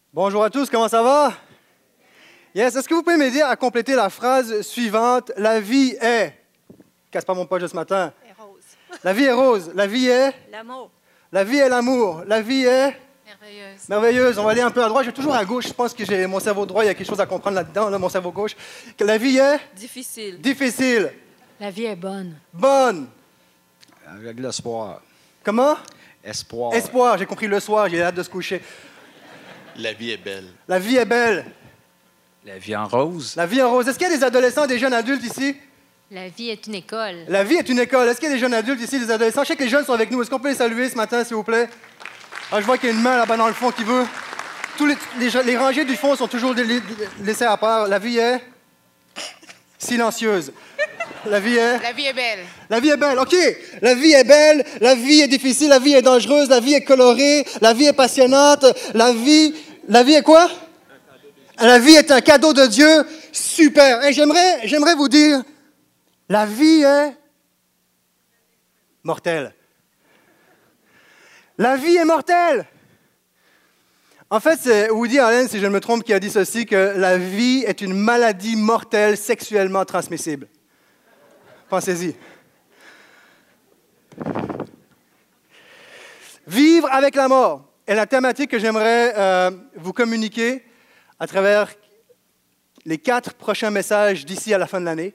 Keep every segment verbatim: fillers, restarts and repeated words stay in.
Bonjour à tous, comment ça va? Yes, est-ce que vous pouvez m'aider à compléter la phrase suivante? La vie est... Casse pas mon poche de ce matin. Est rose. La vie est rose. La vie est... L'amour. La vie est l'amour. La vie est... Merveilleuse. Merveilleuse. On va aller un peu à droite. Je vais toujours à gauche. Je pense que j'ai mon cerveau droit. Il y a quelque chose à comprendre là-dedans, là, mon cerveau gauche. Que la vie est... Difficile. Difficile. La vie est bonne. Bonne. Avec l'espoir. Comment? Espoir. Espoir. J'ai compris le soir. J'ai hâte de se coucher. La vie est belle. La vie est belle. La vie en rose. La vie en rose. Est-ce qu'il y a des adolescents, des jeunes adultes ici? La vie est une école. La vie est une école. Est-ce qu'il y a des jeunes adultes ici, des adolescents? Je sais que les jeunes sont avec nous. Est-ce qu'on peut les saluer ce matin, s'il vous plaît? Ah, je vois qu'il y a une main là-bas dans le fond qui veut. Tous les, les, les rangées du fond sont toujours laissées à part. La vie est silencieuse. La vie est... La vie est belle. La vie est belle, OK. La vie est belle, la vie est difficile, la vie est dangereuse, la vie est colorée, la vie est passionnante, la vie... La vie est quoi? La vie est un cadeau de Dieu. Super. Et j'aimerais, j'aimerais vous dire, la vie est mortelle. La vie est mortelle. En fait, c'est Woody Allen, si je ne me trompe, qui a dit ceci, que la vie est une maladie mortelle sexuellement transmissible. Pensez-y. Vivre avec la mort est la thématique que j'aimerais euh, vous communiquer à travers les quatre prochains messages d'ici à la fin de l'année.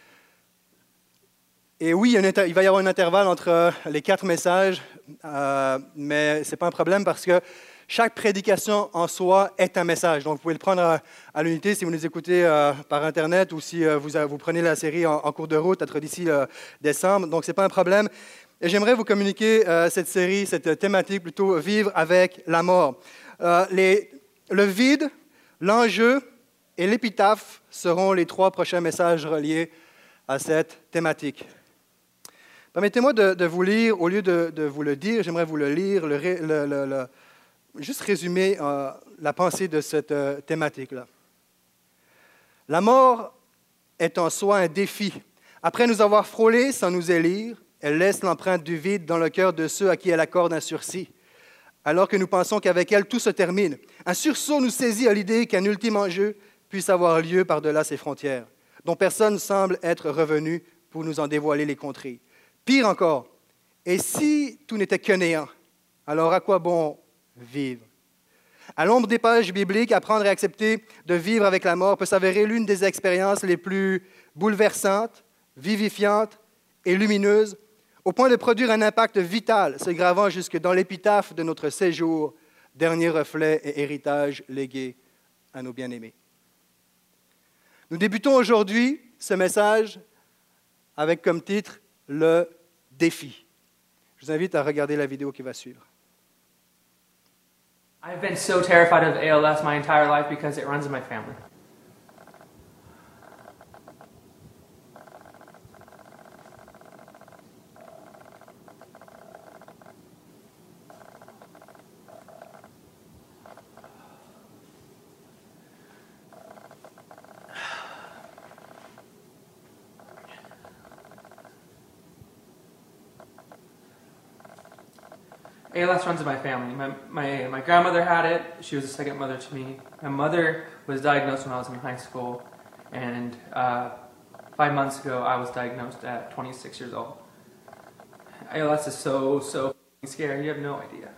Et oui, il, y a un inter- il va y avoir un intervalle entre euh, les quatre messages, euh, mais ce n'est pas un problème parce que chaque prédication en soi est un message. Donc, vous pouvez le prendre à, à l'unité si vous nous écoutez euh, par Internet ou si euh, vous, vous prenez la série en, en cours de route, peut-être d'ici euh, décembre. Donc, ce n'est pas un problème. Et j'aimerais vous communiquer euh, cette série, cette thématique plutôt, vivre avec la mort. Euh, les, le vide, l'enjeu et l'épitaphe seront les trois prochains messages reliés à cette thématique. Permettez-moi de, de vous lire, au lieu de, de vous le dire, j'aimerais vous le lire, le, le, le, le, juste résumer euh, la pensée de cette euh, thématique-là. La mort est en soi un défi. Après nous avoir frôlés sans nous élire, elle laisse l'empreinte du vide dans le cœur de ceux à qui elle accorde un sursis, alors que nous pensons qu'avec elle, tout se termine. Un sursaut nous saisit à l'idée qu'un ultime enjeu puisse avoir lieu par-delà ses frontières, dont personne ne semble être revenu pour nous en dévoiler les contrées. Pire encore, et si tout n'était que néant, alors à quoi bon vivre? À l'ombre des pages bibliques, apprendre et accepter de vivre avec la mort peut s'avérer l'une des expériences les plus bouleversantes, vivifiantes et lumineuses, au point de produire un impact vital, se gravant jusque dans l'épitaphe de notre séjour, dernier reflet et héritage légué à nos bien-aimés. Nous débutons aujourd'hui ce message avec comme titre « Le défi ». Je vous invite à regarder la vidéo qui va suivre. I've been so terrified of A L S my entire life because it runs in my family. A L S runs in my family. My, my, my grandmother had it. She was a second mother to me. My mother was diagnosed when I was in high school. And uh, five months ago, I was diagnosed at twenty-six years old. A L S is so, so scary. You have no idea.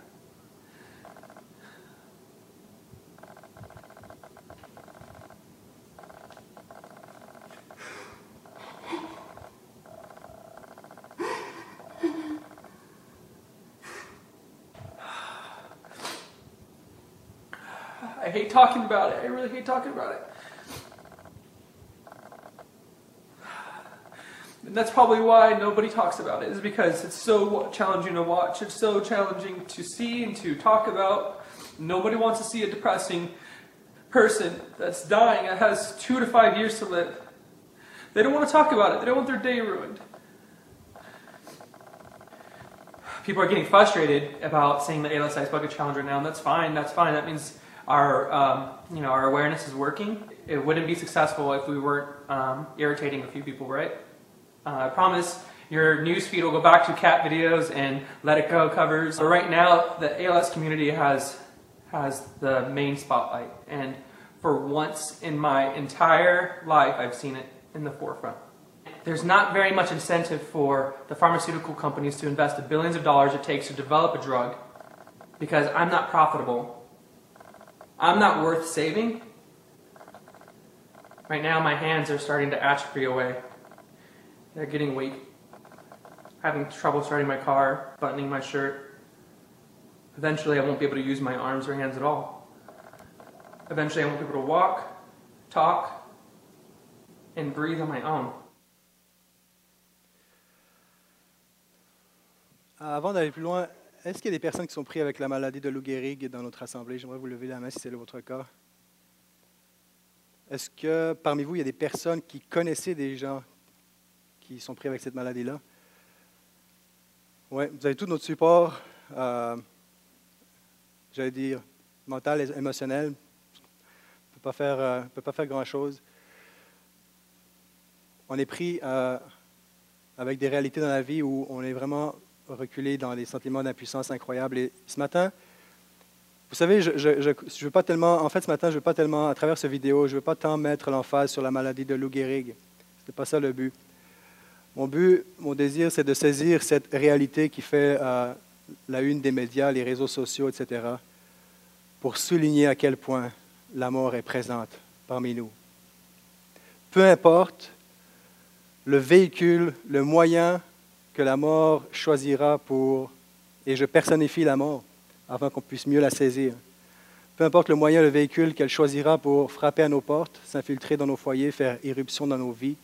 I hate talking about it. I really hate talking about it. And that's probably why nobody talks about it, is because it's so challenging to watch. It's so challenging to see and to talk about. Nobody wants to see a depressing person that's dying, that has two to five years to live. They don't want to talk about it. They don't want their day ruined. People are getting frustrated about saying the A L S Ice Bucket Challenge right now, and that's fine. That's fine. That means our, um, you know, our awareness is working. It wouldn't be successful if we weren't um, irritating a few people, right? Uh, I promise your news feed will go back to cat videos and Let It Go covers. But right now, the A L S community has has the main spotlight. And for once in my entire life, I've seen it in the forefront. There's not very much incentive for the pharmaceutical companies to invest the billions of dollars it takes to develop a drug because I'm not profitable. I'm not worth saving. Right now, my hands are starting to atrophy away. They're getting weak. Having trouble starting my car, buttoning my shirt. Eventually, I won't be able to use my arms or hands at all. Eventually, I won't be able to walk, talk, and breathe on my own. Avant d'aller plus loin, est-ce qu'il y a des personnes qui sont prises avec la maladie de Lou Gehrig dans notre assemblée? J'aimerais vous lever la main si c'est votre cas. Est-ce que parmi vous, il y a des personnes qui connaissaient des gens qui sont pris avec cette maladie-là? Oui, vous avez tout notre support, euh, j'allais dire, mental et émotionnel. On ne peut pas faire, euh, peut pas faire grand-chose. On est pris euh, avec des réalités dans la vie où on est vraiment reculé dans des sentiments d'impuissance incroyables. Et ce matin, vous savez, je, je, je, je veux pas tellement, en fait, ce matin, je ne veux pas tellement, à travers cette vidéo, je ne veux pas tant mettre l'emphase sur la maladie de Lou Gehrig. Ce n'était pas ça le but. Mon but, mon désir, c'est de saisir cette réalité qui fait euh, la une des médias, les réseaux sociaux, et cetera, pour souligner à quel point la mort est présente parmi nous. Peu importe le véhicule, le moyen que la mort choisira pour, et je personnifie la mort, afin qu'on puisse mieux la saisir. Peu importe le moyen, le véhicule qu'elle choisira pour frapper à nos portes, s'infiltrer dans nos foyers, faire irruption dans nos vies,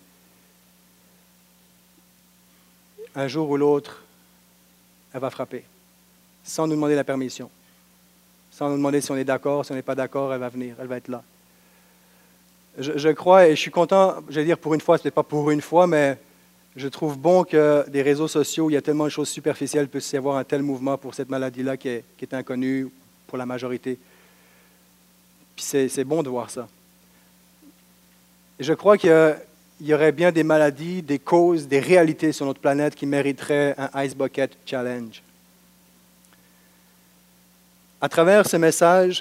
un jour ou l'autre, elle va frapper, sans nous demander la permission, sans nous demander si on est d'accord, si on n'est pas d'accord, elle va venir, elle va être là. Je, je crois, et je suis content, je vais dire pour une fois, ce n'est pas pour une fois, mais je trouve bon que des réseaux sociaux, il y a tellement de choses superficielles, puisse y avoir un tel mouvement pour cette maladie-là qui est, qui est inconnue pour la majorité. Puis c'est, c'est bon de voir ça. Et je crois qu'il y, a, il y aurait bien des maladies, des causes, des réalités sur notre planète qui mériteraient un Ice Bucket Challenge. À travers ce message,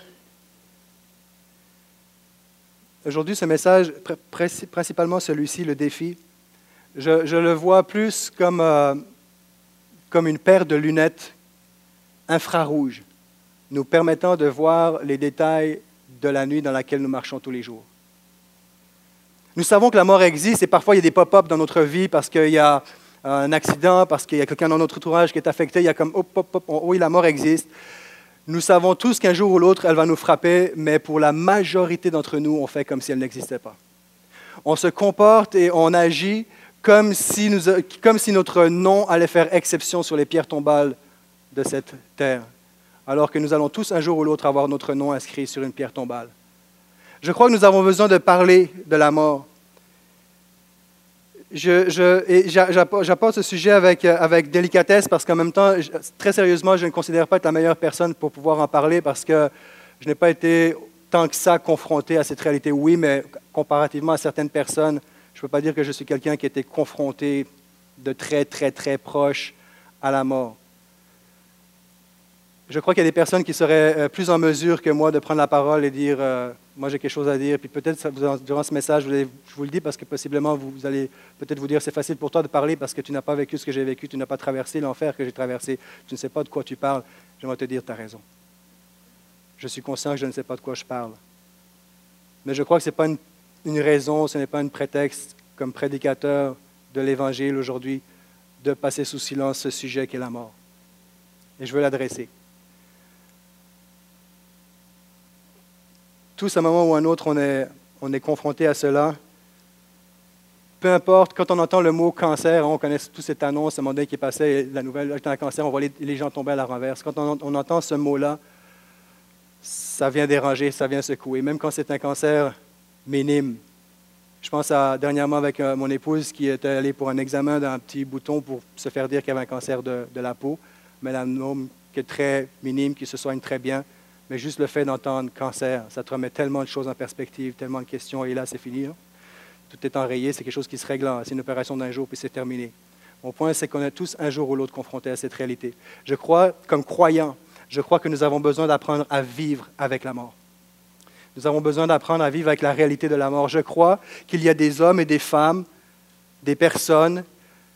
aujourd'hui, ce message, principalement celui-ci, le défi, Je, je le vois plus comme, euh, comme une paire de lunettes infrarouges, nous permettant de voir les détails de la nuit dans laquelle nous marchons tous les jours. Nous savons que la mort existe et parfois il y a des pop-up dans notre vie parce qu'il y a un accident, parce qu'il y a quelqu'un dans notre entourage qui est affecté, il y a comme hop, hop, hop, oui, la mort existe. Nous savons tous qu'un jour ou l'autre, elle va nous frapper, mais pour la majorité d'entre nous, on fait comme si elle n'existait pas. On se comporte et on agit Comme si, nous, comme si notre nom allait faire exception sur les pierres tombales de cette terre, alors que nous allons tous un jour ou l'autre avoir notre nom inscrit sur une pierre tombale. Je crois que nous avons besoin de parler de la mort. Je, je, et j'apporte ce sujet avec, avec délicatesse parce qu'en même temps, très sérieusement, je ne considère pas être la meilleure personne pour pouvoir en parler parce que je n'ai pas été tant que ça confronté à cette réalité. Oui, mais comparativement à certaines personnes, je ne peux pas dire que je suis quelqu'un qui a été confronté de très, très, très proche à la mort. Je crois qu'il y a des personnes qui seraient plus en mesure que moi de prendre la parole et dire euh, « moi j'ai quelque chose à dire ». Puis peut-être durant ce message, je vous le dis parce que possiblement vous allez peut-être vous dire « c'est facile pour toi de parler parce que tu n'as pas vécu ce que j'ai vécu, tu n'as pas traversé l'enfer que j'ai traversé, tu ne sais pas de quoi tu parles ». J'aimerais te dire « tu as raison ». Je suis conscient que je ne sais pas de quoi je parle. Mais je crois que ce n'est pas une une raison, ce n'est pas un prétexte comme prédicateur de l'Évangile aujourd'hui de passer sous silence ce sujet qui est la mort. Et je veux l'adresser. Tous à un moment ou à un autre, on est, on est confronté à cela. Peu importe, quand on entend le mot cancer, on connaît tous cette annonce, ce moment qui passait, la nouvelle, j'étais un cancer, on voit les, les gens tomber à la renverse. Quand on, on entend ce mot-là, ça vient déranger, ça vient secouer. Même quand c'est un cancer minime. Je pense à dernièrement avec euh, mon épouse qui était allée pour un examen d'un petit bouton pour se faire dire qu'il y avait un cancer de, de la peau, mélanome qui est très minime, qui se soigne très bien, mais juste le fait d'entendre cancer, ça te remet tellement de choses en perspective, tellement de questions, et là c'est fini. Hein? Tout est enrayé, c'est quelque chose qui se règle, c'est une opération d'un jour, puis c'est terminé. Mon point, c'est qu'on est tous un jour ou l'autre confrontés à cette réalité. Je crois, comme croyants, je crois que nous avons besoin d'apprendre à vivre avec la mort. Nous avons besoin d'apprendre à vivre avec la réalité de la mort. Je crois qu'il y a des hommes et des femmes, des personnes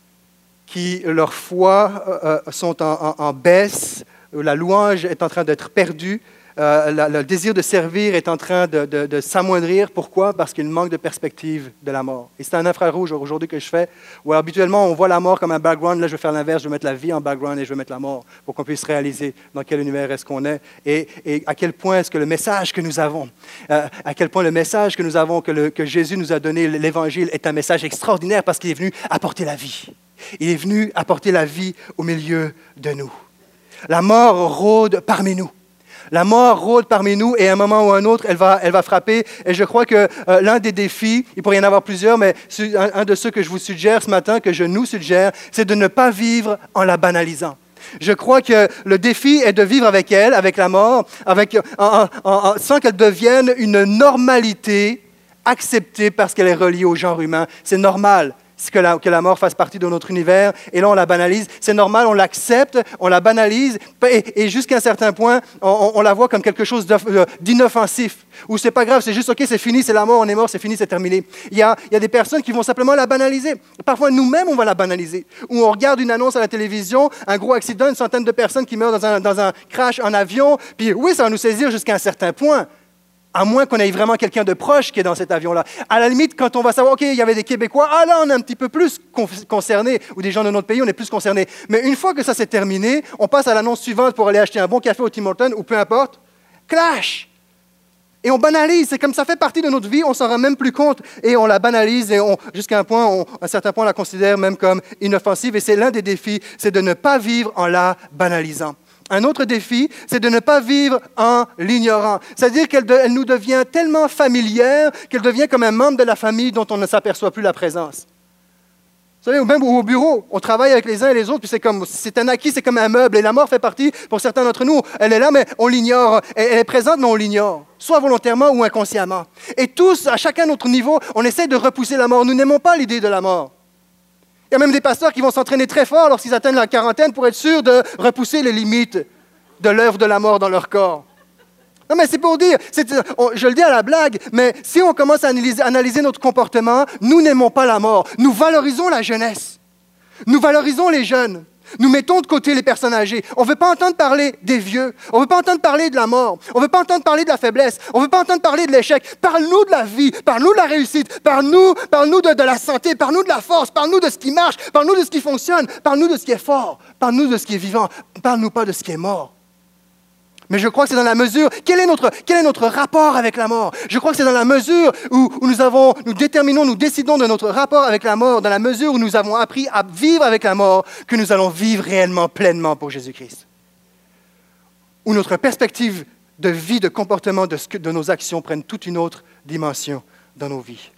qui, leur foi euh, sont en, en, en baisse, la louange est en train d'être perdue, euh, la, le désir de servir est en train de, de, de s'amoindrir. Pourquoi? Parce qu'il manque de perspective de la mort. Et c'est un infrarouge aujourd'hui que je fais, où habituellement on voit la mort comme un background. Là, je vais faire l'inverse, je vais mettre la vie en background et je vais mettre la mort pour qu'on puisse réaliser dans quel univers est-ce qu'on est et, et à quel point est-ce que le message que nous avons, euh, à quel point le message que nous avons, que, le, que Jésus nous a donné, l'Évangile, est un message extraordinaire parce qu'il est venu apporter la vie. Il est venu apporter la vie au milieu de nous. La mort rôde parmi nous. La mort rôde parmi nous et à un moment ou à un autre, elle va, elle va frapper. Et je crois que euh, l'un des défis, il pourrait y en avoir plusieurs, mais un, un de ceux que je vous suggère ce matin, que je nous suggère, c'est de ne pas vivre en la banalisant. Je crois que le défi est de vivre avec elle, avec la mort, avec, en, en, en, sans qu'elle devienne une normalité acceptée parce qu'elle est reliée au genre humain. C'est normal que la, que la mort fasse partie de notre univers, et là on la banalise. C'est normal, on l'accepte, on la banalise, et, et jusqu'à un certain point, on, on la voit comme quelque chose d'inoffensif, où c'est pas grave, c'est juste, OK, c'est fini, c'est la mort, on est mort, c'est fini, c'est terminé. Il y a, il y a des personnes qui vont simplement la banaliser. Parfois, nous-mêmes, on va la banaliser. Où on regarde une annonce à la télévision, un gros accident, une centaine de personnes qui meurent dans un, dans un crash en avion, puis oui, ça va nous saisir jusqu'à un certain point. À moins qu'on ait vraiment quelqu'un de proche qui est dans cet avion-là. À la limite, quand on va savoir, OK, il y avait des Québécois, ah là, on est un petit peu plus concernés, ou des gens de notre pays, on est plus concernés. Mais une fois que ça s'est terminé, on passe à l'annonce suivante pour aller acheter un bon café au Tim Hortons, ou peu importe. Clash! Et on banalise. C'est comme ça fait partie de notre vie, on s'en rend même plus compte. Et on la banalise, et on, jusqu'à un point, on, à un certain point, on la considère même comme inoffensive. Et c'est l'un des défis, c'est de ne pas vivre en la banalisant. Un autre défi, c'est de ne pas vivre en l'ignorant. C'est-à-dire qu'elle de, elle nous devient tellement familière qu'elle devient comme un membre de la famille dont on ne s'aperçoit plus la présence. Vous savez, même au bureau, on travaille avec les uns et les autres, puis c'est comme, c'est un acquis, c'est comme un meuble, et la mort fait partie, pour certains d'entre nous, elle est là, mais on l'ignore. Elle, elle est présente, mais on l'ignore, soit volontairement ou inconsciemment. Et tous, à chacun notre niveau, on essaie de repousser la mort. Nous n'aimons pas l'idée de la mort. Il y a même des pasteurs qui vont s'entraîner très fort lorsqu'ils atteignent la quarantaine pour être sûrs de repousser les limites de l'œuvre de la mort dans leur corps. Non, mais c'est pour dire, c'est, on, je le dis à la blague, mais si on commence à analyser, analyser notre comportement, nous n'aimons pas la mort. Nous valorisons la jeunesse. Nous valorisons les jeunes. Nous mettons de côté les personnes âgées. On ne veut pas entendre parler des vieux. On ne veut pas entendre parler de la mort. On ne veut pas entendre parler de la faiblesse. On ne veut pas entendre parler de l'échec. Parle-nous de la vie. Parle-nous de la réussite. Parle-nous, parle-nous de, de la santé. Parle-nous de la force. Parle-nous de ce qui marche. Parle-nous de ce qui fonctionne. Parle-nous de ce qui est fort. Parle-nous de ce qui est vivant. Parle-nous pas de ce qui est mort. Mais je crois que c'est dans la mesure, quel est notre, quel est notre rapport avec la mort? Je crois que c'est dans la mesure où, où nous, avons, nous déterminons, nous décidons de notre rapport avec la mort, dans la mesure où nous avons appris à vivre avec la mort, que nous allons vivre réellement, pleinement pour Jésus-Christ. Où notre perspective de vie, de comportement, de, ce que, de nos actions prennent toute une autre dimension dans nos vies.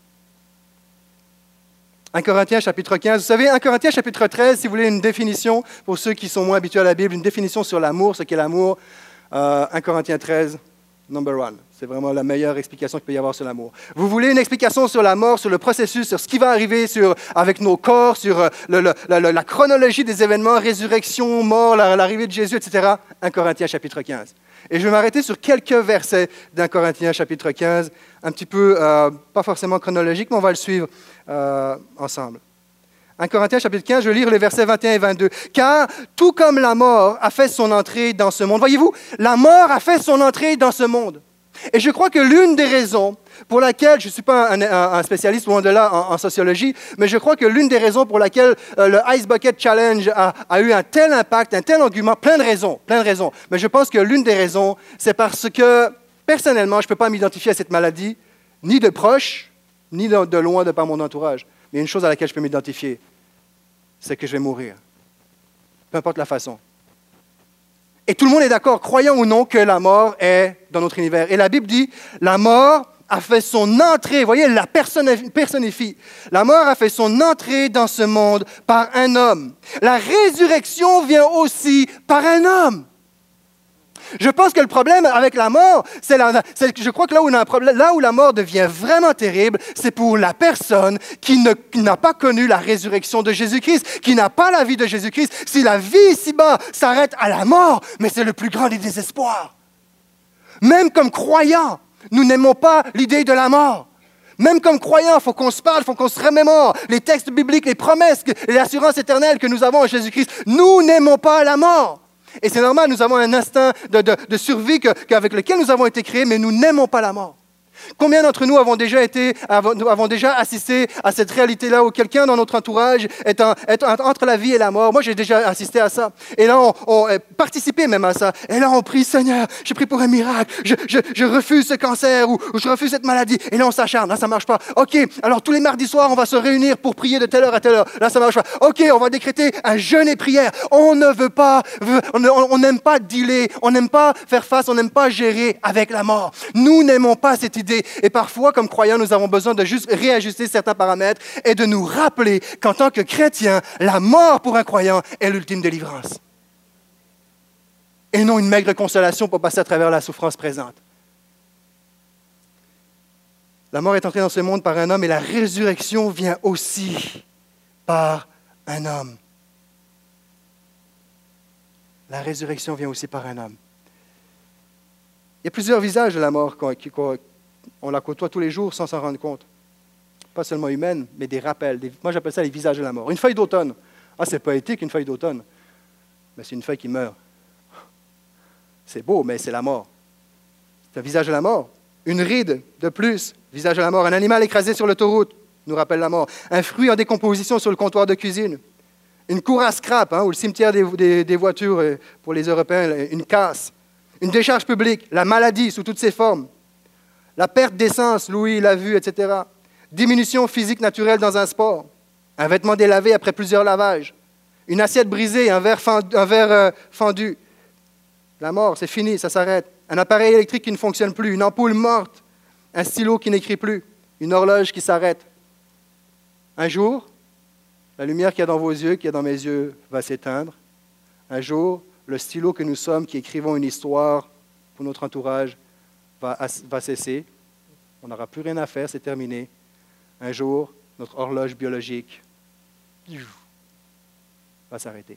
un Corinthiens chapitre quinze. Vous savez, un Corinthiens chapitre treize, si vous voulez une définition, pour ceux qui sont moins habitués à la Bible, une définition sur l'amour, ce qu'est l'amour. Euh, un Corinthiens treize, number one. C'est vraiment la meilleure explication qu'il peut y avoir sur l'amour. Vous voulez une explication sur la mort, sur le processus, sur ce qui va arriver sur, avec nos corps, sur le, le, la, la chronologie des événements, résurrection, mort, la, l'arrivée de Jésus, et cetera. un Corinthiens chapitre quinze. Et je vais m'arrêter sur quelques versets d'un Corinthiens chapitre quinze, un petit peu, euh, pas forcément chronologique, mais on va le suivre euh, ensemble. un Corinthiens chapitre quinze, je vais lire les versets vingt et un et vingt-deux. « Car tout comme la mort a fait son entrée dans ce monde. » Voyez-vous, la mort a fait son entrée dans ce monde. Et je crois que l'une des raisons pour laquelle, je ne suis pas un, un, un spécialiste loin de là en, en sociologie, mais je crois que l'une des raisons pour laquelle euh, le Ice Bucket Challenge a, a eu un tel impact, un tel engouement, plein de raisons, plein de raisons. Mais je pense que l'une des raisons, c'est parce que, personnellement, je ne peux pas m'identifier à cette maladie, ni de proche, ni de, de loin de par mon entourage. Mais une chose à laquelle je peux m'identifier, c'est que je vais mourir. Peu importe la façon. Et tout le monde est d'accord, croyant ou non, que la mort est dans notre univers. Et la Bible dit, la mort a fait son entrée, vous voyez, elle la personnifie. La mort a fait son entrée dans ce monde par un homme. La résurrection vient aussi par un homme. Je pense que le problème avec la mort, c'est, la, c'est je crois que là où, on a un problème, là où la mort devient vraiment terrible, c'est pour la personne qui, ne, qui n'a pas connu la résurrection de Jésus-Christ, qui n'a pas la vie de Jésus-Christ. Si la vie ici-bas s'arrête à la mort, mais c'est le plus grand des désespoirs. Même comme croyants, nous n'aimons pas l'idée de la mort. Même comme croyants, il faut qu'on se parle, il faut qu'on se remémore les textes bibliques, les promesses et l'assurance éternelle que nous avons en Jésus-Christ. Nous n'aimons pas la mort. Et c'est normal, nous avons un instinct de, de, de survie que, qu'avec lequel nous avons été créés, mais nous n'aimons pas la mort. Combien d'entre nous avons déjà, été, avons, avons déjà assisté à cette réalité-là où quelqu'un dans notre entourage est, en, est entre la vie et la mort? Moi, j'ai déjà assisté à ça. Et là, on, on participé même à ça. Et là, on prie, Seigneur, je prie pour un miracle. Je, je, je refuse ce cancer ou, ou je refuse cette maladie. Et là, on s'acharne. Là, ça ne marche pas. OK, alors tous les mardis soirs, on va se réunir pour prier de telle heure à telle heure. Là, ça ne marche pas. OK, on va décréter un jeûne et prière. On ne veut pas, on n'aime pas dealer, on n'aime pas faire face, on n'aime pas gérer avec la mort. Nous n'aimons pas cette idée. Et parfois, comme croyants, nous avons besoin de juste réajuster certains paramètres et de nous rappeler qu'en tant que chrétiens, la mort pour un croyant est l'ultime délivrance. Et non une maigre consolation pour passer à travers la souffrance présente. La mort est entrée dans ce monde par un homme et la résurrection vient aussi par un homme. La résurrection vient aussi par un homme. Il y a plusieurs visages de la mort qu'on, qu'on, on la côtoie tous les jours sans s'en rendre compte. Pas seulement humaine, mais des rappels. Des, moi, j'appelle ça les visages de la mort. Une feuille d'automne. Ah, c'est poétique, une feuille d'automne. Mais c'est une feuille qui meurt. C'est beau, mais c'est la mort. C'est un visage de la mort. Une ride de plus, visage de la mort. Un animal écrasé sur l'autoroute nous rappelle la mort. Un fruit en décomposition sur le comptoir de cuisine. Une cour à scrap, hein, ou le cimetière des, des, des voitures pour les Européens, une casse. Une décharge publique, la maladie sous toutes ses formes. La perte d'essence, Louis l'a vu, et cetera. Diminution physique naturelle dans un sport. Un vêtement délavé après plusieurs lavages. Une assiette brisée, un verre fendu. Un verre, euh, fendu. La mort, c'est fini, ça s'arrête. Un appareil électrique qui ne fonctionne plus. Une ampoule morte. Un stylo qui n'écrit plus. Une horloge qui s'arrête. Un jour, la lumière qu'il y a dans vos yeux, qu'il y a dans mes yeux, va s'éteindre. Un jour, le stylo que nous sommes, qui écrivons une histoire pour notre entourage, va, va cesser. On n'aura plus rien à faire, c'est terminé. Un jour, notre horloge biologique va s'arrêter.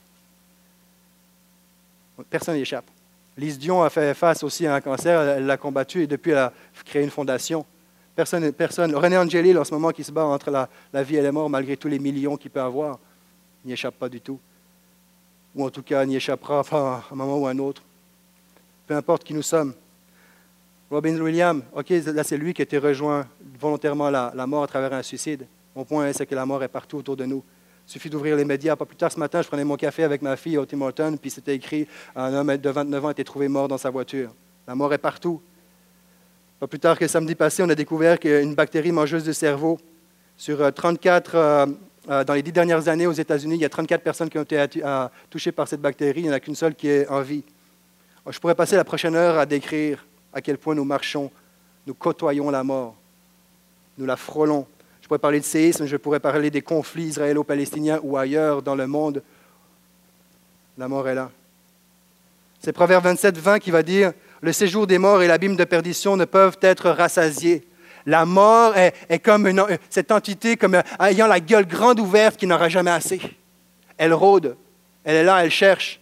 Personne n'y échappe. Lise Dion a fait face aussi à un cancer, elle l'a combattu et depuis elle a créé une fondation. Personne, personne. René Angélil, en ce moment, qui se bat entre la, la vie et la mort, malgré tous les millions qu'il peut avoir, n'y échappe pas du tout. Ou en tout cas, n'y échappera pas à un moment ou à un autre. Peu importe qui nous sommes. Robin Williams, OK, là, c'est lui qui a été rejoint volontairement la, la mort à travers un suicide. Mon point, c'est que la mort est partout autour de nous. Il suffit d'ouvrir les médias. Pas plus tard ce matin, je prenais mon café avec ma fille au Tim Hortons, puis c'était écrit « Un homme de vingt-neuf ans a été trouvé mort dans sa voiture ». La mort est partout. Pas plus tard que samedi passé, on a découvert qu'une bactérie mangeuse de cerveau. Sur trente-quatre, euh, euh, dans les dix dernières années aux États-Unis, il y a trente-quatre personnes qui ont été atu- à, touchées par cette bactérie. Il n'y en a qu'une seule qui est en vie. Je pourrais passer la prochaine heure à décrire à quel point nous marchons, nous côtoyons la mort, nous la frôlons. Je pourrais parler de séisme, je pourrais parler des conflits israélo-palestiniens ou ailleurs dans le monde. La mort est là. C'est Proverbe vingt-sept, vingt qui va dire « Le séjour des morts et l'abîme de perdition ne peuvent être rassasiés. » La mort est, est comme une, cette entité comme ayant la gueule grande ouverte qui n'aura jamais assez. Elle rôde, elle est là, elle cherche.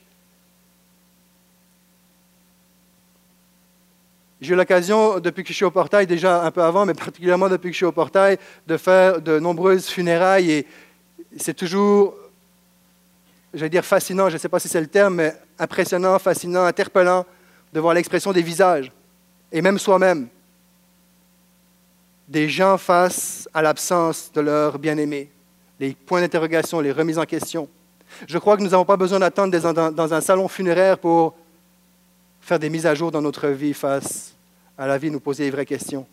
J'ai eu l'occasion, depuis que je suis au portail, déjà un peu avant, mais particulièrement depuis que je suis au portail, de faire de nombreuses funérailles et c'est toujours, j'allais dire fascinant, je ne sais pas si c'est le terme, mais impressionnant, fascinant, interpellant de voir l'expression des visages et même soi-même. Des gens face à l'absence de leur bien-aimé, les points d'interrogation, les remises en question. Je crois que nous n'avons pas besoin d'attendre dans un salon funéraire pour faire des mises à jour dans notre vie face à la vie, nous poser les vraies questions.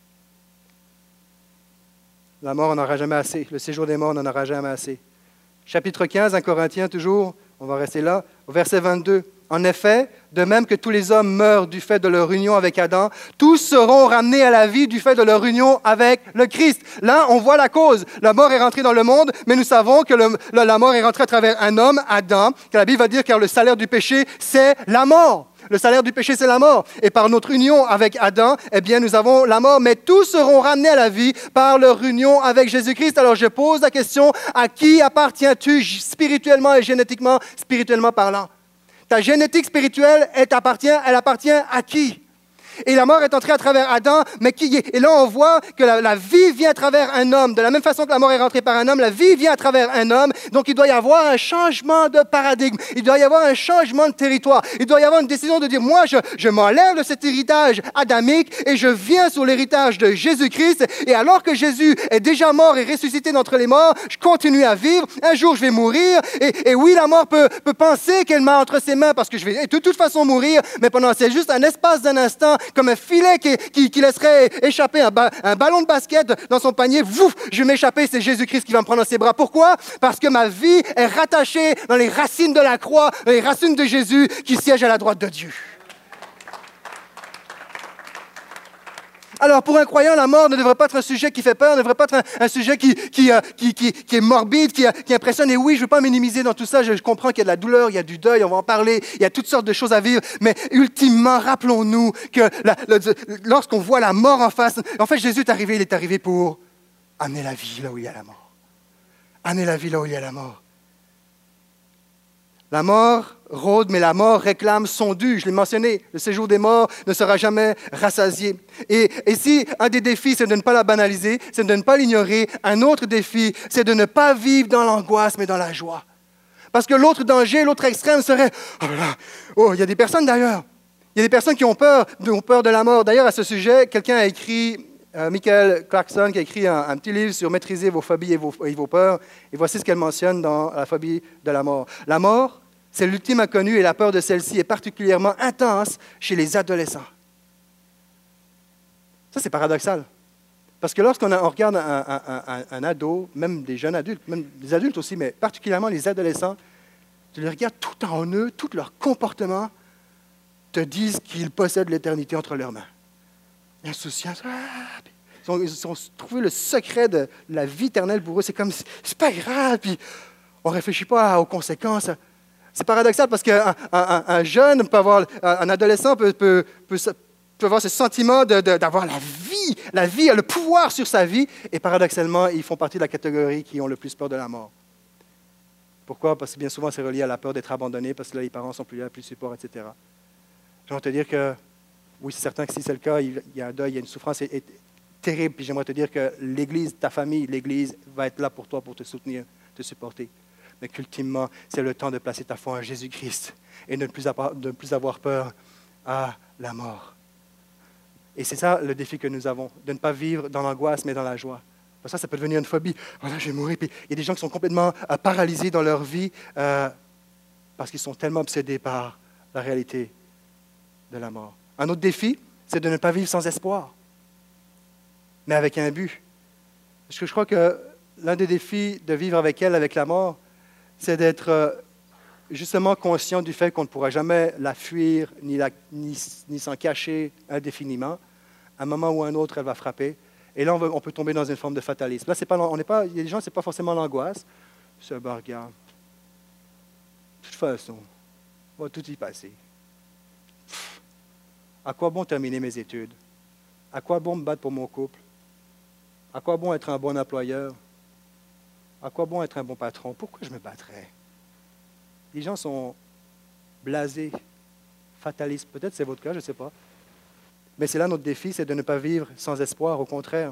La mort, on n'en aura jamais assez. Le séjour des morts, on n'en aura jamais assez. Chapitre quinze, un Corinthiens toujours, on va rester là, au verset vingt-deux. En effet, de même que tous les hommes meurent du fait de leur union avec Adam, tous seront ramenés à la vie du fait de leur union avec le Christ. Là, on voit la cause. La mort est rentrée dans le monde, mais nous savons que le, la mort est rentrée à travers un homme, Adam, que la Bible va dire car le salaire du péché, c'est la mort. Le salaire du péché, c'est la mort. Et par notre union avec Adam, eh bien, nous avons la mort. Mais tous seront ramenés à la vie par leur union avec Jésus-Christ. Alors, je pose la question, à qui appartiens-tu spirituellement et génétiquement, spirituellement parlant? Ta génétique spirituelle, elle t'appartient, elle appartient à qui? Et la mort est entrée à travers Adam, mais qui est? Et là, on voit que la, la vie vient à travers un homme. De la même façon que la mort est rentrée par un homme, la vie vient à travers un homme. Donc, il doit y avoir un changement de paradigme. Il doit y avoir un changement de territoire. Il doit y avoir une décision de dire, moi, je, je m'enlève de cet héritage adamique et je viens sur l'héritage de Jésus-Christ. Et alors que Jésus est déjà mort et ressuscité d'entre les morts, je continue à vivre. Un jour, je vais mourir. Et, et oui, la mort peut, peut penser qu'elle m'a entre ses mains parce que je vais de toute façon mourir. Mais pendant, c'est juste un espace d'un instant, comme un filet qui, qui, qui laisserait échapper un, ba, un ballon de basket dans son panier. Vouf, je vais m'échapper, c'est Jésus-Christ qui va me prendre dans ses bras. Pourquoi? Parce que ma vie est rattachée dans les racines de la croix, dans les racines de Jésus qui siège à la droite de Dieu. Alors, pour un croyant, la mort ne devrait pas être un sujet qui fait peur, ne devrait pas être un, un sujet qui, qui, euh, qui, qui, qui est morbide, qui, qui impressionne. Et oui, je ne veux pas minimiser dans tout ça. Je, je comprends qu'il y a de la douleur, il y a du deuil, on va en parler. Il y a toutes sortes de choses à vivre. Mais ultimement, rappelons-nous que la, la, lorsqu'on voit la mort en face, en fait, Jésus est arrivé, il est arrivé pour amener la vie là où il y a la mort. Amener la vie là où il y a la mort. La mort rôde, mais la mort réclame son dû. Je l'ai mentionné, le séjour des morts ne sera jamais rassasié. Et, et si un des défis, c'est de ne pas la banaliser, c'est de ne pas l'ignorer, un autre défi, c'est de ne pas vivre dans l'angoisse, mais dans la joie. Parce que l'autre danger, l'autre extrême serait, oh là, oh, il y a des personnes d'ailleurs, il y a des personnes qui ont peur, ont peur de la mort. D'ailleurs, à ce sujet, quelqu'un a écrit, euh, Michael Clarkson, qui a écrit un, un petit livre sur maîtriser vos phobies et vos, et vos peurs. Et voici ce qu'elle mentionne dans la phobie de la mort. La mort, c'est l'ultime inconnue et la peur de celle-ci est particulièrement intense chez les adolescents. Ça, c'est paradoxal. Parce que lorsqu'on a, on regarde un, un, un, un ado, même des jeunes adultes, même des adultes aussi, mais particulièrement les adolescents, tu les regardes tout en eux, tout leur comportement te disent qu'ils possèdent l'éternité entre leurs mains. Insouciance. Ah, ils, ont, ils ont trouvé le secret de la vie éternelle pour eux. C'est comme, c'est pas grave, puis on ne réfléchit pas aux conséquences. C'est paradoxal parce qu'un un, un jeune peut avoir, un adolescent peut, peut, peut, peut avoir ce sentiment de, de, d'avoir la vie. La vie a le pouvoir sur sa vie. Et paradoxalement, ils font partie de la catégorie qui ont le plus peur de la mort. Pourquoi? Parce que bien souvent, c'est relié à la peur d'être abandonné, parce que là, les parents sont plus là, plus support, et cetera. J'aimerais te dire que, oui, c'est certain que si c'est le cas, il y a un deuil, il y a une souffrance est, est terrible. Puis j'aimerais te dire que l'Église, ta famille, l'Église va être là pour toi, pour te soutenir, te supporter. Mais qu'ultimement, c'est le temps de placer ta foi en Jésus-Christ et de ne plus avoir, de ne plus avoir peur à la mort. Et c'est ça le défi que nous avons, de ne pas vivre dans l'angoisse, mais dans la joie. Parce que ça, ça peut devenir une phobie. Voilà, je vais mourir. Puis il y a des gens qui sont complètement euh, paralysés dans leur vie euh, parce qu'ils sont tellement obsédés par la réalité de la mort. Un autre défi, c'est de ne pas vivre sans espoir, mais avec un but. Parce que je crois que l'un des défis de vivre avec elle, avec la mort, c'est d'être euh, justement conscient du fait qu'on ne pourra jamais la fuir ni, la, ni, ni s'en cacher indéfiniment. À un moment ou à un autre, elle va frapper. Et là, on, va, on peut tomber dans une forme de fatalisme. Là, c'est pas, on n'est pas, il y a des gens, ce n'est pas forcément l'angoisse. C'est, ben, regarde, de toute façon, on va tout y passer. Pff, à quoi bon terminer mes études? À quoi bon me battre pour mon couple? À quoi bon être un bon employeur? À quoi bon être un bon patron? Pourquoi je me battrais? Les gens sont blasés, fatalistes. Peut-être c'est votre cas, je ne sais pas. Mais c'est là notre défi, c'est de ne pas vivre sans espoir, au contraire.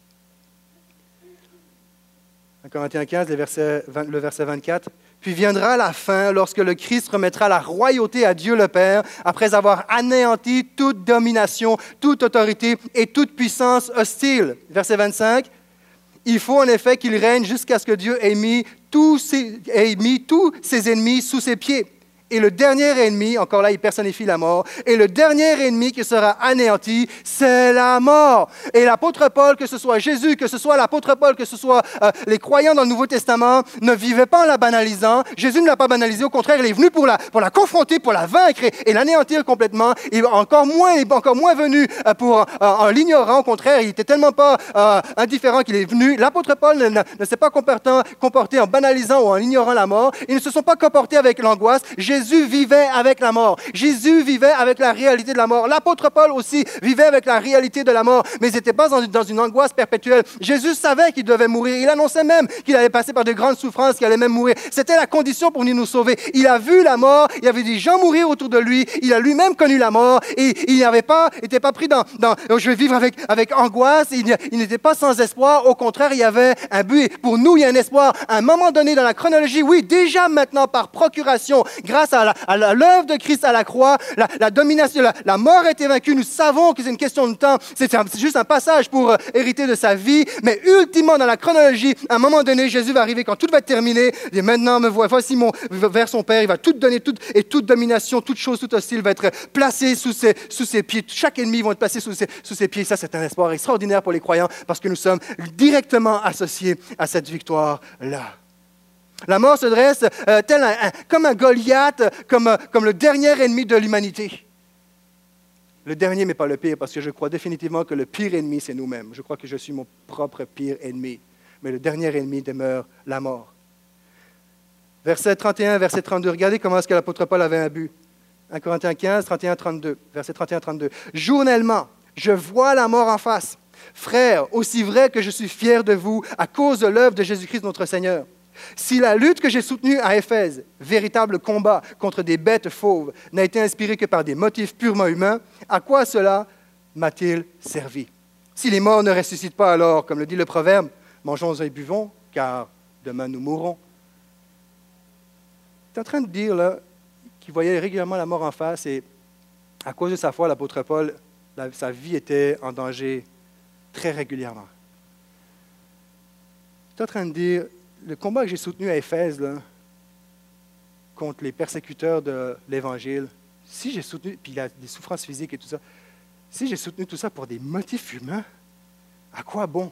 En Corinthiens quinze, le verset, le verset vingt-quatre, « Puis viendra la fin lorsque le Christ remettra la royauté à Dieu le Père, après avoir anéanti toute domination, toute autorité et toute puissance hostile. » Verset vingt-cinq, « Il faut en effet qu'il règne jusqu'à ce que Dieu ait mis tous ses, ait mis tous ses ennemis sous ses pieds. » Et le dernier ennemi, encore là, il personnifie la mort, et le dernier ennemi qui sera anéanti, c'est la mort. Et l'apôtre Paul, que ce soit Jésus, que ce soit l'apôtre Paul, que ce soit euh, les croyants dans le Nouveau Testament, ne vivaient pas en la banalisant. Jésus ne l'a pas banalisée, au contraire, il est venu pour la, pour la confronter, pour la vaincre et, et l'anéantir complètement. Il est encore moins, il est encore moins venu euh, pour, euh, en l'ignorant, au contraire, il n'était tellement pas euh, indifférent qu'il est venu. L'apôtre Paul ne, ne, ne s'est pas comporté, comporté en banalisant ou en ignorant la mort. Ils ne se sont pas comportés avec l'angoisse. Jésus Jésus vivait avec la mort. Jésus vivait avec la réalité de la mort. L'apôtre Paul aussi vivait avec la réalité de la mort, mais il n'était pas dans, dans une angoisse perpétuelle. Jésus savait qu'il devait mourir. Il annonçait même qu'il allait passer par de grandes souffrances, qu'il allait même mourir. C'était la condition pour venir nous sauver. Il a vu la mort, il y avait des gens mourir autour de lui, il a lui-même connu la mort et il n'avait pas, n'était pas pris dans, dans « je vais vivre avec, avec angoisse ». Il, il n'était pas sans espoir. Au contraire, il y avait un but. Et pour nous, il y a un espoir. À un moment donné dans la chronologie, oui, déjà maintenant par procuration, grâce à, la, à la, l'œuvre de Christ à la croix, la, la domination, la, la mort a été vaincue. Nous savons que c'est une question de temps. C'est, c'est juste un passage pour euh, hériter de sa vie. Mais ultimement, dans la chronologie, à un moment donné, Jésus va arriver quand tout va être terminé. Et maintenant, me voici mon, vers son Père. Il va tout donner, tout, et toute domination, toute chose, tout hostile va être placée sous ses, sous ses pieds. Chaque ennemi va être placé sous ses, sous ses pieds. Ça, c'est un espoir extraordinaire pour les croyants parce que nous sommes directement associés à cette victoire-là. La mort se dresse euh, tel un, un, comme un Goliath, comme, euh, comme le dernier ennemi de l'humanité. Le dernier, mais pas le pire, parce que je crois définitivement que le pire ennemi, c'est nous-mêmes. Je crois que je suis mon propre pire ennemi. Mais le dernier ennemi demeure la mort. Verset trente et un, verset trente-deux. Regardez comment est-ce que l'apôtre Paul avait un but. un Corinthiens quinze, trente et un, trente-deux. Verset trente et un, trente-deux. Journellement, je vois la mort en face. Frères, aussi vrai que je suis fier de vous à cause de l'œuvre de Jésus-Christ notre Seigneur. Si la lutte que j'ai soutenue à Éphèse, véritable combat contre des bêtes fauves, n'a été inspirée que par des motifs purement humains, à quoi cela m'a-t-il servi? Si les morts ne ressuscitent pas alors, comme le dit le proverbe, mangeons et buvons, car demain nous mourrons. Tu es en train de dire là, qu'il voyait régulièrement la mort en face et à cause de sa foi, l'apôtre Paul, la, sa vie était en danger très régulièrement. Tu es en train de dire, le combat que j'ai soutenu à Éphèse, là, contre les persécuteurs de l'Évangile, si j'ai soutenu, puis il a des souffrances physiques et tout ça, si j'ai soutenu tout ça pour des motifs humains, à quoi bon?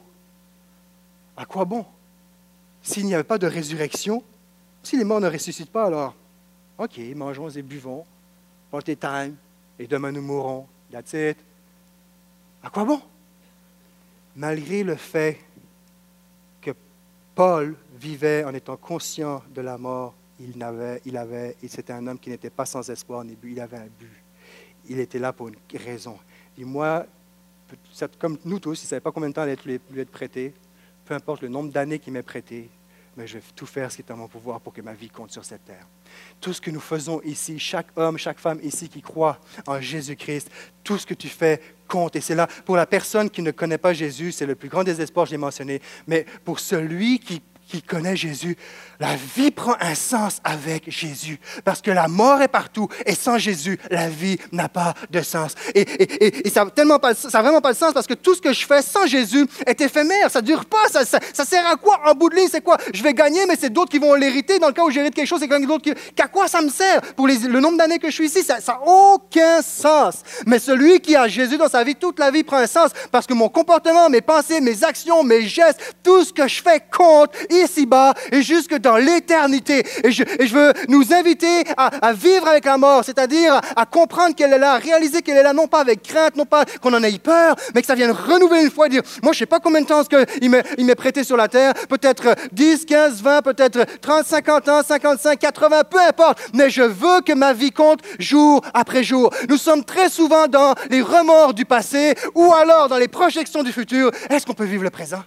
À quoi bon? S'il n'y avait pas de résurrection, si les morts ne ressuscitent pas, alors, OK, mangeons et buvons, party time, et demain nous mourrons, that's it. À quoi bon? Malgré le fait que Paul vivait en étant conscient de la mort, il avait, il avait, et c'était un homme qui n'était pas sans espoir ni but, il avait un but. Il était là pour une raison. Et moi, comme nous tous, il ne savait pas combien de temps allait lui être prêté, peu importe le nombre d'années qu'il m'est prêté, mais je vais tout faire ce qui est en mon pouvoir pour que ma vie compte sur cette terre. Tout ce que nous faisons ici, chaque homme, chaque femme ici qui croit en Jésus-Christ, tout ce que tu fais compte. Et c'est là, pour la personne qui ne connaît pas Jésus, c'est le plus grand désespoir, je l'ai mentionné, mais pour celui qui qui connaît Jésus, la vie prend un sens avec Jésus. Parce que la mort est partout et sans Jésus, la vie n'a pas de sens. Et, et, et, et ça n'a tellement pas, ça vraiment pas de sens parce que tout ce que je fais sans Jésus est éphémère. Ça ne dure pas. Ça, ça, ça sert à quoi? En bout de ligne, c'est quoi? Je vais gagner, mais c'est d'autres qui vont l'hériter. Dans le cas où j'hérite quelque chose, c'est quelqu'un d'autre qui... Qu'à quoi ça me sert? Pour les, le nombre d'années que je suis ici, ça n'a aucun sens. Mais celui qui a Jésus dans sa vie, toute la vie prend un sens parce que mon comportement, mes pensées, mes actions, mes gestes, tout ce que je fais compte ici-bas et jusque dans l'éternité. Et je, et je veux nous inviter à, à vivre avec la mort, c'est-à-dire à, à comprendre qu'elle est là, à réaliser qu'elle est là, non pas avec crainte, non pas qu'on en ait peur, mais que ça vienne renouveler une fois et dire, moi je ne sais pas combien de temps il m'est, il m'est prêté sur la terre, peut-être dix, quinze, vingt, peut-être trente, cinquante ans, cinquante-cinq, quatre-vingts, peu importe, mais je veux que ma vie compte jour après jour. Nous sommes très souvent dans les remords du passé ou alors dans les projections du futur. Est-ce qu'on peut vivre le présent?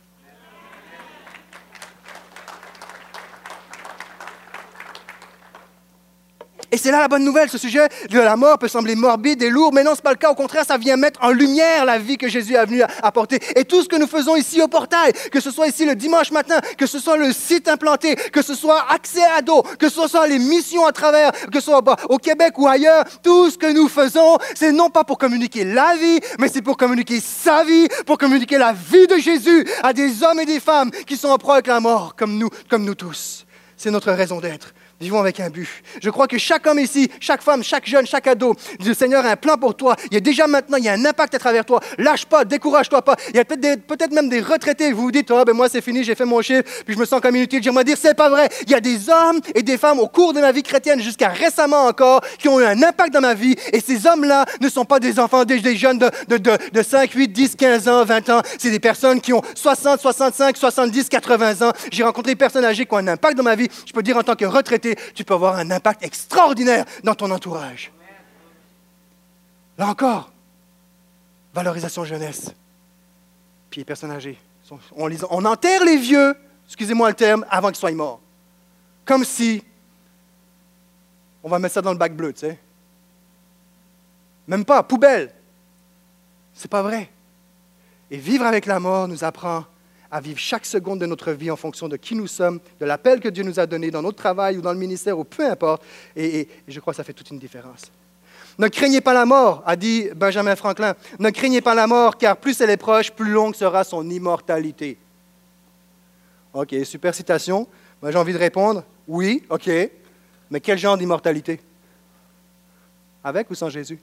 Et c'est là la bonne nouvelle, ce sujet de la mort peut sembler morbide et lourd, mais non, ce n'est pas le cas. Au contraire, ça vient mettre en lumière la vie que Jésus est venu apporter. Et tout ce que nous faisons ici au portail, que ce soit ici le dimanche matin, que ce soit le site implanté, que ce soit accès à dos, que ce soit les missions à travers, que ce soit au Québec ou ailleurs, tout ce que nous faisons, c'est non pas pour communiquer la vie, mais c'est pour communiquer sa vie, pour communiquer la vie de Jésus à des hommes et des femmes qui sont en proie avec la mort, comme nous, comme nous tous. C'est notre raison d'être. Vivons avec un but. Je crois que chaque homme ici, chaque femme, chaque jeune, chaque ado, le Seigneur a un plan pour toi. Il y a déjà maintenant, il y a un impact à travers toi. Lâche pas, décourage-toi pas. Il y a peut-être, des, peut-être même des retraités. Vous vous dites, oh, ben moi c'est fini, j'ai fait mon chiffre, puis je me sens comme inutile. J'aimerais dire, c'est pas vrai. Il y a des hommes et des femmes au cours de ma vie chrétienne, jusqu'à récemment encore, qui ont eu un impact dans ma vie. Et ces hommes-là ne sont pas des enfants, des, des jeunes de, de, de, de cinq, huit, dix, quinze ans, vingt ans. C'est des personnes qui ont soixante, soixante-cinq, soixante-dix, quatre-vingts ans. J'ai rencontré des personnes âgées qui ont un impact dans ma vie. Je peux dire en tant que retraité, l'éternité, tu peux avoir un impact extraordinaire dans ton entourage. Là encore, valorisation jeunesse. Puis les personnes âgées. On, les, on enterre les vieux, excusez-moi le terme, avant qu'ils soient morts. Comme si on va mettre ça dans le bac bleu, tu sais. Même pas, poubelle. C'est pas vrai. Et vivre avec la mort nous apprend à vivre chaque seconde de notre vie en fonction de qui nous sommes, de l'appel que Dieu nous a donné dans notre travail ou dans le ministère ou peu importe. Et, et, et je crois que ça fait toute une différence. Ne craignez pas la mort, a dit Benjamin Franklin. Ne craignez pas la mort, car plus elle est proche, plus longue sera son immortalité. OK, super citation. Moi, j'ai envie de répondre, oui, OK, mais quel genre d'immortalité? Avec ou sans Jésus?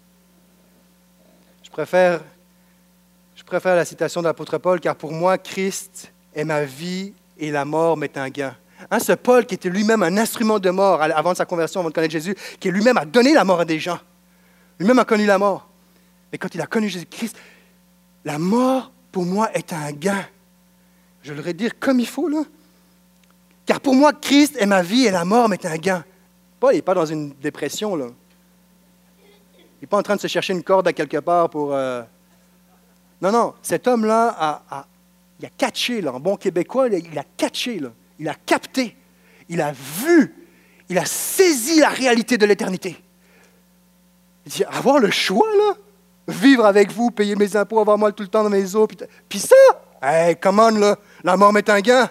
Je préfère, je préfère la citation de l'apôtre Paul, car pour moi, Christ est ma vie et la mort m'est un gain. Hein, ce Paul qui était lui-même un instrument de mort avant de sa conversion, avant de connaître Jésus, qui lui-même a donné la mort à des gens. Lui-même a connu la mort. Mais quand il a connu Jésus-Christ, la mort, pour moi, est un gain. Je le redire comme il faut, là. Car pour moi, Christ est ma vie et la mort m'est un gain. Paul n'est pas dans une dépression, là. Il n'est pas en train de se chercher une corde à quelque part pour... Euh... Non, non, cet homme-là a, a, il a catché, là, en bon québécois, il a catché, là. Il a capté, il a vu, il a saisi la réalité de l'éternité. Il dit, avoir le choix, là, vivre avec vous, payer mes impôts, avoir moi tout le temps dans mes os, puis, puis ça, hey, come on, là, la mort m'est un gain.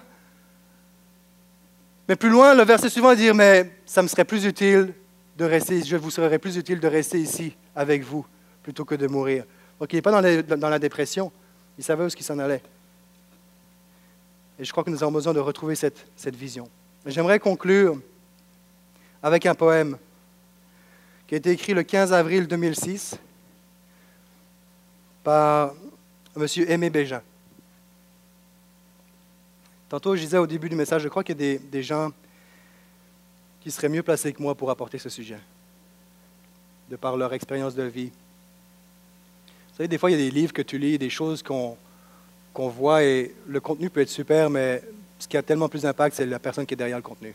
Mais plus loin, le verset suivant dit, mais ça me serait plus utile de rester, je vous serais plus utile de rester ici avec vous, plutôt que de mourir. Donc il n'est pas dans la, dans la dépression, il savait où est-ce qu'il s'en allait. Et je crois que nous avons besoin de retrouver cette, cette vision. J'aimerais conclure avec un poème qui a été écrit le quinze avril deux mille six par M. Aimé Bégin. Tantôt, je disais au début du message, je crois qu'il y a des, des gens qui seraient mieux placés que moi pour apporter ce sujet, de par leur expérience de vie. Vous savez, des fois, il y a des livres que tu lis, des choses qu'on... qu'on voit, et le contenu peut être super, mais ce qui a tellement plus d'impact, c'est la personne qui est derrière le contenu.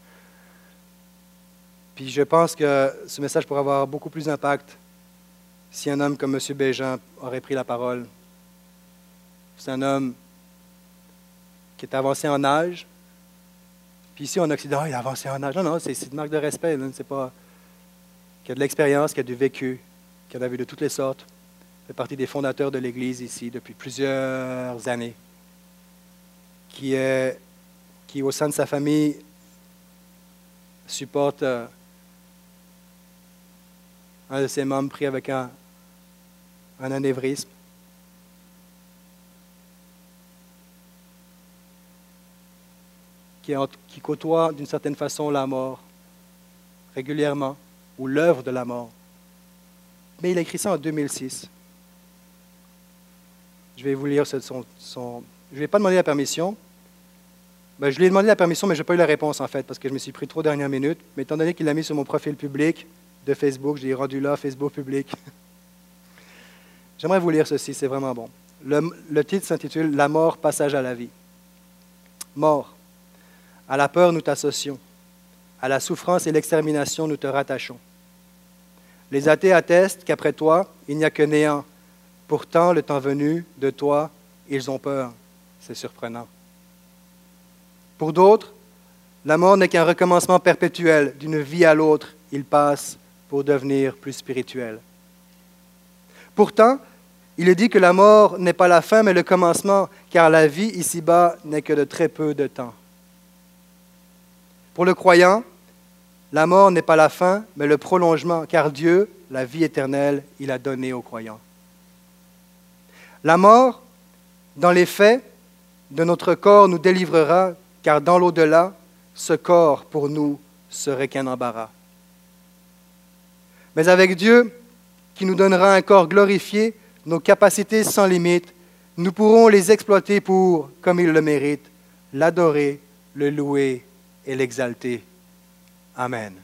Puis je pense que ce message pourrait avoir beaucoup plus d'impact si un homme comme M. Bégin aurait pris la parole. C'est un homme qui est avancé en âge. Puis ici, en Occident, il est avancé en âge. Non, non, c'est une marque de respect. Là. C'est pas... Qui a de l'expérience, qui a du vécu, qui en a vu de toutes les sortes. Fait partie des fondateurs de l'Église ici depuis plusieurs années, qui, est, qui au sein de sa famille, supporte euh, un de ses membres pris avec un, un anévrisme. Qui, est, qui côtoie d'une certaine façon la mort régulièrement, ou l'œuvre de la mort. Mais il a écrit ça en deux mille six. Je vais vous lire son... son je ne vais pas demander la permission. Ben, je lui ai demandé la permission, mais je n'ai pas eu la réponse, en fait, parce que je me suis pris trop dernière minute. Mais étant donné qu'il l'a mis sur mon profil public de Facebook, je l'ai rendu là, Facebook public. J'aimerais vous lire ceci, c'est vraiment bon. Le, le titre s'intitule « La mort, passage à la vie ». Mort, à la peur nous t'associons, à la souffrance et l'extermination nous te rattachons. Les athées attestent qu'après toi, il n'y a que néant. Pourtant, le temps venu, de toi, ils ont peur. C'est surprenant. Pour d'autres, la mort n'est qu'un recommencement perpétuel. D'une vie à l'autre, il passe pour devenir plus spirituel. Pourtant, il est dit que la mort n'est pas la fin, mais le commencement, car la vie ici-bas n'est que de très peu de temps. Pour le croyant, la mort n'est pas la fin, mais le prolongement, car Dieu, la vie éternelle, il a donné aux croyants. La mort, dans les faits, de notre corps nous délivrera, car dans l'au-delà, ce corps, pour nous, serait qu'un embarras. Mais avec Dieu, qui nous donnera un corps glorifié, nos capacités sans limite, nous pourrons les exploiter pour, comme il le mérite, l'adorer, le louer et l'exalter. Amen.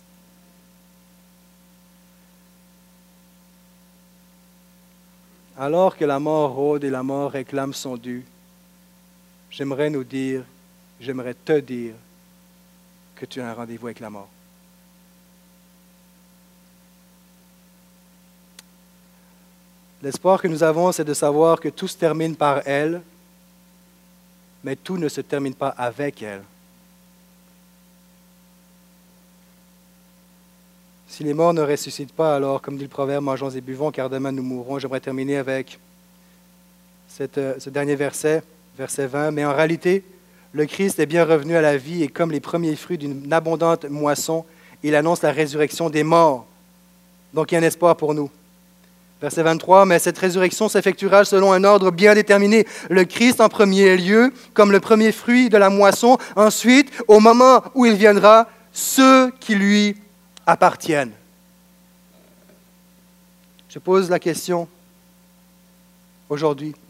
Alors que la mort rôde et la mort réclame son dû, j'aimerais nous dire, j'aimerais te dire que tu as un rendez-vous avec la mort. L'espoir que nous avons, c'est de savoir que tout se termine par elle, mais tout ne se termine pas avec elle. Si les morts ne ressuscitent pas, alors, comme dit le proverbe, mangeons et buvons, car demain nous mourrons. J'aimerais terminer avec cette, euh, ce dernier verset, verset vingt. Mais en réalité, le Christ est bien revenu à la vie et comme les premiers fruits d'une abondante moisson, il annonce la résurrection des morts. Donc il y a un espoir pour nous. Verset vingt-trois, mais cette résurrection s'effectuera selon un ordre bien déterminé. Le Christ en premier lieu, comme le premier fruit de la moisson. Ensuite, au moment où il viendra, ceux qui lui appartiennent. Je pose la question aujourd'hui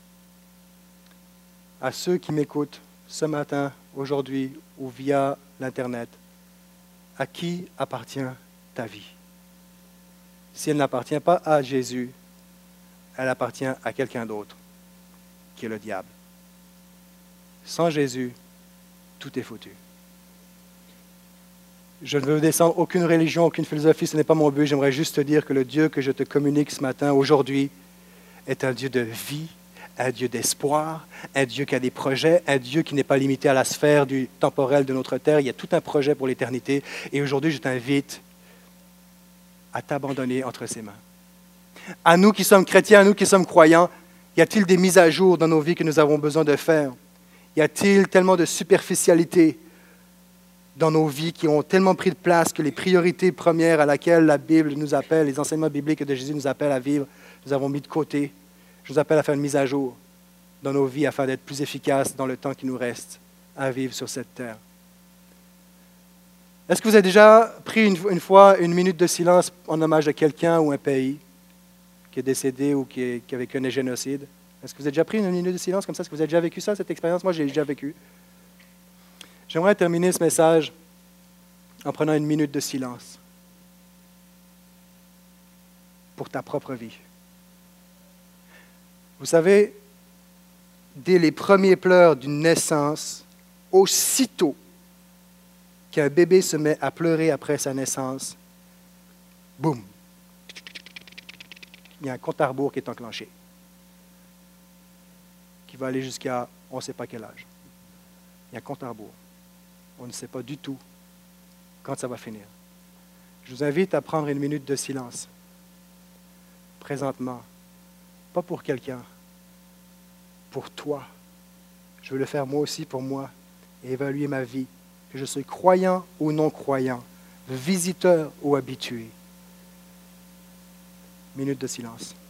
à ceux qui m'écoutent ce matin, aujourd'hui ou via l'Internet. À qui appartient ta vie? Si elle n'appartient pas à Jésus, elle appartient à quelqu'un d'autre, qui est le diable. Sans Jésus, tout est foutu. Je ne veux descendre aucune religion, aucune philosophie, ce n'est pas mon but. J'aimerais juste te dire que le Dieu que je te communique ce matin, aujourd'hui, est un Dieu de vie, un Dieu d'espoir, un Dieu qui a des projets, un Dieu qui n'est pas limité à la sphère du temporel de notre terre. Il y a tout un projet pour l'éternité. Et aujourd'hui, je t'invite à t'abandonner entre ses mains. À nous qui sommes chrétiens, à nous qui sommes croyants, y a-t-il des mises à jour dans nos vies que nous avons besoin de faire? Y a-t-il tellement de superficialité dans nos vies qui ont tellement pris de place que les priorités premières à laquelle la Bible nous appelle, les enseignements bibliques de Jésus nous appellent à vivre, nous avons mis de côté? Je vous appelle à faire une mise à jour dans nos vies afin d'être plus efficaces dans le temps qui nous reste à vivre sur cette terre. Est-ce que vous avez déjà pris une, une fois une minute de silence en hommage à quelqu'un ou un pays qui est décédé ou qui, est, qui a vécu un génocide? Est-ce que vous avez déjà pris une minute de silence comme ça? Est-ce que vous avez déjà vécu ça, cette expérience? Moi, j'ai déjà vécu. J'aimerais terminer ce message en prenant une minute de silence pour ta propre vie. Vous savez, dès les premiers pleurs d'une naissance, aussitôt qu'un bébé se met à pleurer après sa naissance, boum, il y a un compte à rebours qui est enclenché, qui va aller jusqu'à on ne sait pas quel âge. Il y a un compte à rebours. On ne sait pas du tout quand ça va finir. Je vous invite à prendre une minute de silence, présentement, pas pour quelqu'un, pour toi. Je veux le faire moi aussi pour moi et évaluer ma vie, que je sois croyant ou non croyant, visiteur ou habitué. Minute de silence.